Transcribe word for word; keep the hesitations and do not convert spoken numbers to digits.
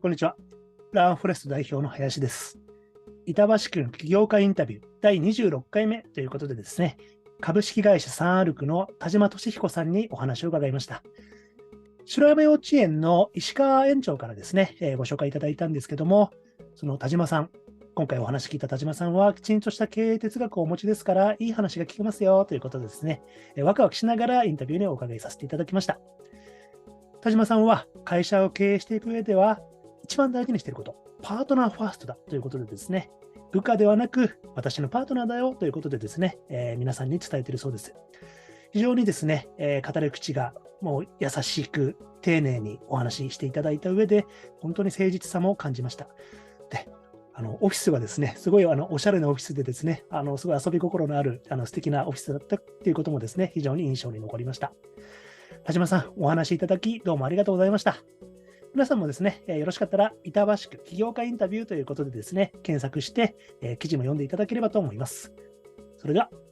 こんにちは。ランフォレスト代表の林です。板橋区の起業家インタビューだいにじゅうろっかいめということでですね、株式会社サンアルクの田島俊彦さんにお話を伺いました。城山幼稚園の石川園長からですね、えーご紹介いただいたんですけども、その田島さん、今回お話聞いた田島さんはきちんとした経営哲学をお持ちですから、いい話が聞けますよということでですね、えーワクワクしながらインタビューにお伺いさせていただきました。田島さんは会社を経営していく上では、一番大事にしていること、パートナーファーストだということでですね、部下ではなく私のパートナーだよということでですね、えー皆さんに伝えているそうです。非常にですね、えー語り口がもう優しく丁寧にお話ししていただいた上で、本当に誠実さも感じました。で、あのオフィスがですね、すごいあのおしゃれなオフィスでですね、あのすごい遊び心のあるあの素敵なオフィスだったということもですね、非常に印象に残りました。田島さん、お話しいただきどうもありがとうございました。皆さんもですね、えーよろしかったら、板橋区起業家インタビューということでですね、検索して、えー記事も読んでいただければと思います。それでは。